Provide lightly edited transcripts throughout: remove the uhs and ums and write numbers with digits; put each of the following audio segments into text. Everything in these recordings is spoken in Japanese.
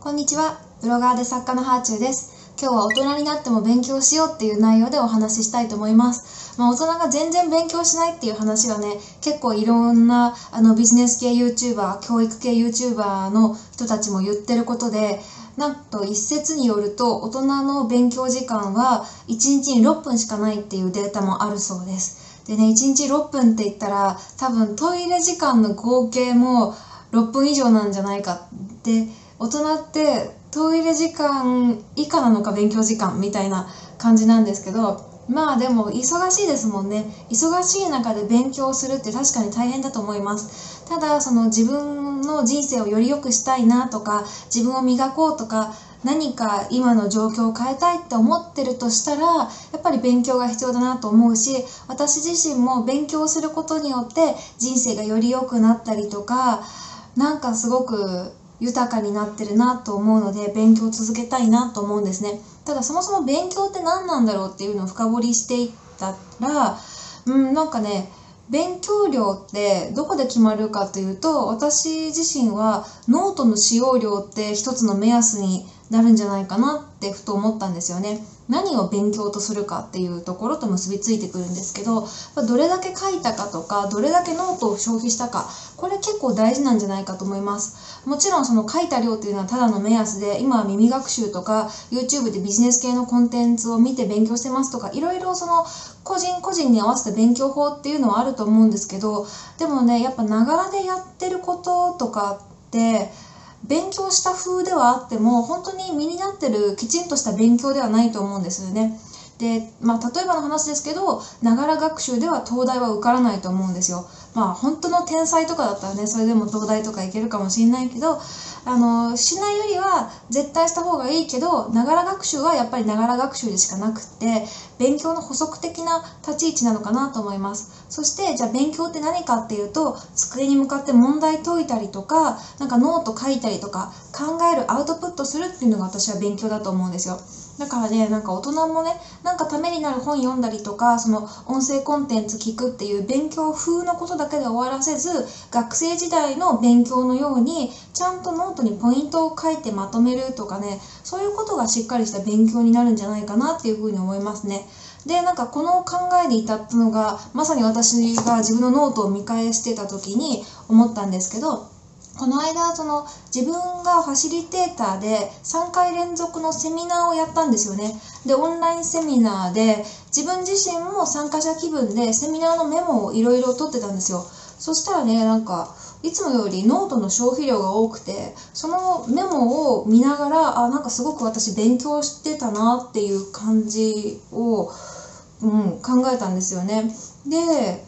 こんにちは。ブロガーで作家のハーチューです。今日は大人になっても勉強しようっていう内容でお話ししたいと思います。大人が全然勉強しないっていう話はね、結構いろんなビジネス系 YouTuber、教育系 YouTuber の人たちも言ってることで、なんと一説によると大人の勉強時間は1日に6分しかないっていうデータもあるそうです。でね、1日6分って言ったら多分トイレ時間の合計も6分以上なんじゃないかって、大人ってトイレ時間以下なのか勉強時間みたいな感じなんですけど、でも忙しいですもんね。忙しい中で勉強するって確かに大変だと思います。ただ自分の人生をより良くしたいなとか、自分を磨こうとか、何か今の状況を変えたいって思ってるとしたら、やっぱり勉強が必要だなと思うし、私自身も勉強することによって人生がより良くなったりとか、なんかすごく豊かになってるなと思うので、勉強を続けたいなと思うんですね。ただそもそも勉強って何なんだろうっていうのを深掘りしていったら、なんかね、勉強量ってどこで決まるかというと、私自身はノートの使用量って一つの目安になるんじゃないかなってふと思ったんですよね。何を勉強とするかっていうところと結びついてくるんですけど、どれだけ書いたかとか、どれだけノートを消費したか、これ結構大事なんじゃないかと思います。もちろんその書いた量っていうのはただの目安で、今は耳学習とか YouTube でビジネス系のコンテンツを見て勉強してますとか、いろいろ個人個人に合わせた勉強法っていうのはあると思うんですけど、でもね、やっぱながらでやってることとかって勉強した風ではあっても本当に身になってるきちんとした勉強ではないと思うんですよね。で、例えばの話ですけど、ながら学習では東大は受からないと思うんですよ。本当の天才とかだったらね、それでも東大とか行けるかもしれないけど、しないよりは絶対した方がいいけど、ながら学習はやっぱりながら学習でしかなくって、勉強の補足的な立ち位置なのかなと思います。そしてじゃあ勉強って何かっていうと、机に向かって問題解いたりとか、なんかノート書いたりとか、考えるアウトプットするっていうのが私は勉強だと思うんですよ。だからね、なんか大人もね、なんかためになる本読んだりとか、音声コンテンツ聞くっていう勉強風のことだけで終わらせず、学生時代の勉強のようにちゃんとノートにポイントを書いてまとめるとかね、そういうことがしっかりした勉強になるんじゃないかなっていうふうに思いますね。で、なんかこの考えに至ったのが、まさに私が自分のノートを見返してた時に思ったんですけど、この間自分がファシリテーターで3回連続のセミナーをやったんですよね。で、オンラインセミナーで自分自身も参加者気分でセミナーのメモをいろいろ取ってたんですよ。そしたらね、なんかいつもよりノートの消費量が多くて、そのメモを見ながら、なんかすごく私勉強してたなっていう感じを、考えたんですよね。で、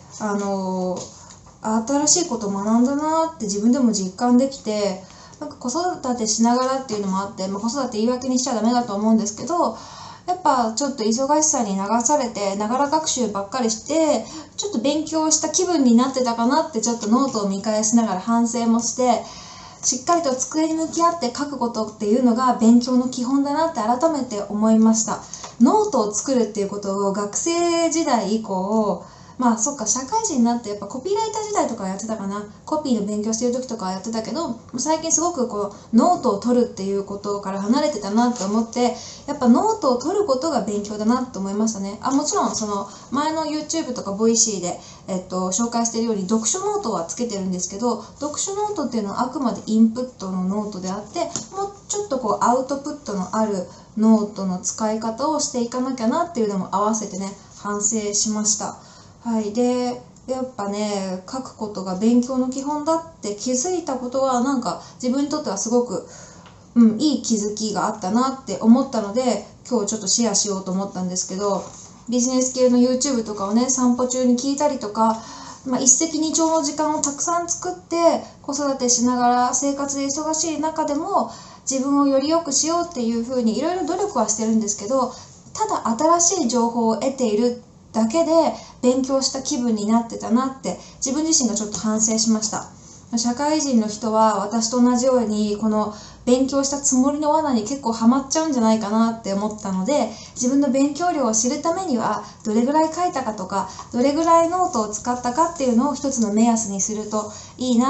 新しいことを学んだなって自分でも実感できて、なんか子育てしながらっていうのもあって、子育て言い訳にしちゃダメだと思うんですけど、やっぱちょっと忙しさに流されてながら学習ばっかりして、ちょっと勉強した気分になってたかなって、ちょっとノートを見返しながら反省もして、しっかりと机に向き合って書くことっていうのが勉強の基本だなって改めて思いました。ノートを作るっていうことを学生時代以降、そっか、社会人になってやっぱコピーライター時代とかやってたかな。コピーの勉強してる時とかはやってたけど、最近すごくノートを取るっていうことから離れてたなと思って、やっぱノートを取ることが勉強だなと思いましたね。もちろん前の YouTube とか Voicy で、紹介しているように読書ノートはつけてるんですけど、読書ノートっていうのはあくまでインプットのノートであって、もうちょっとアウトプットのあるノートの使い方をしていかなきゃなっていうのも合わせてね、反省しました。はい。で、やっぱね、書くことが勉強の基本だって気づいたことは、なんか自分にとってはすごく、いい気づきがあったなって思ったので、今日ちょっとシェアしようと思ったんですけど、ビジネス系の YouTube とかをね、散歩中に聞いたりとか、一石二鳥の時間をたくさん作って、子育てしながら生活で忙しい中でも自分をより良くしようっていう風にいろいろ努力はしてるんですけど、ただ新しい情報を得ているだけで勉強した気分になってたなって自分自身がちょっと反省しました。社会人の人は私と同じようにこの勉強したつもりの罠に結構ハマっちゃうんじゃないかなって思ったので、自分の勉強量を知るためにはどれぐらい書いたかとか、どれぐらいノートを使ったかっていうのを一つの目安にするといいな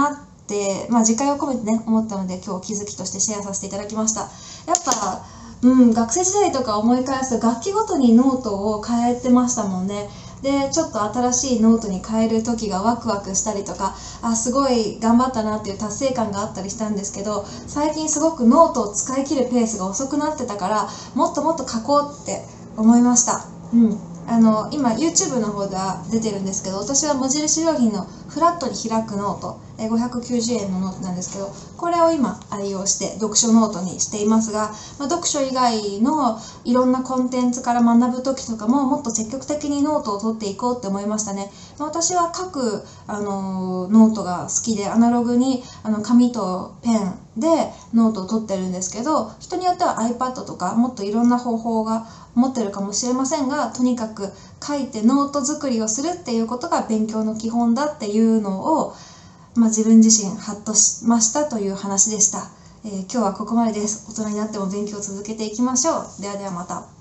て、自戒を込めてね思ったので、今日気づきとしてシェアさせていただきました。やっぱ学生時代とか思い返すと楽器ごとにノートを変えてましたもんね。でちょっと新しいノートに変える時がワクワクしたりとか、すごい頑張ったなっていう達成感があったりしたんですけど、最近すごくノートを使い切るペースが遅くなってたから、もっともっと書こうって思いました。今 YouTube の方では出てるんですけど、私は無印良品のフラットに開くノート、590円のノートなんですけど、これを今愛用して読書ノートにしていますが、読書以外のいろんなコンテンツから学ぶ時とかももっと積極的にノートを取っていこうって思いましたね。私は書くノートが好きで、アナログに紙とペンでノートを取ってるんですけど、人によっては iPad とかもっといろんな方法が持ってるかもしれませんが、とにかく書いてノート作りをするっていうことが勉強の基本だっていうのを、自分自身ハッとしましたという話でした。今日はここまでです。大人になっても勉強を続けていきましょう。ではではまた。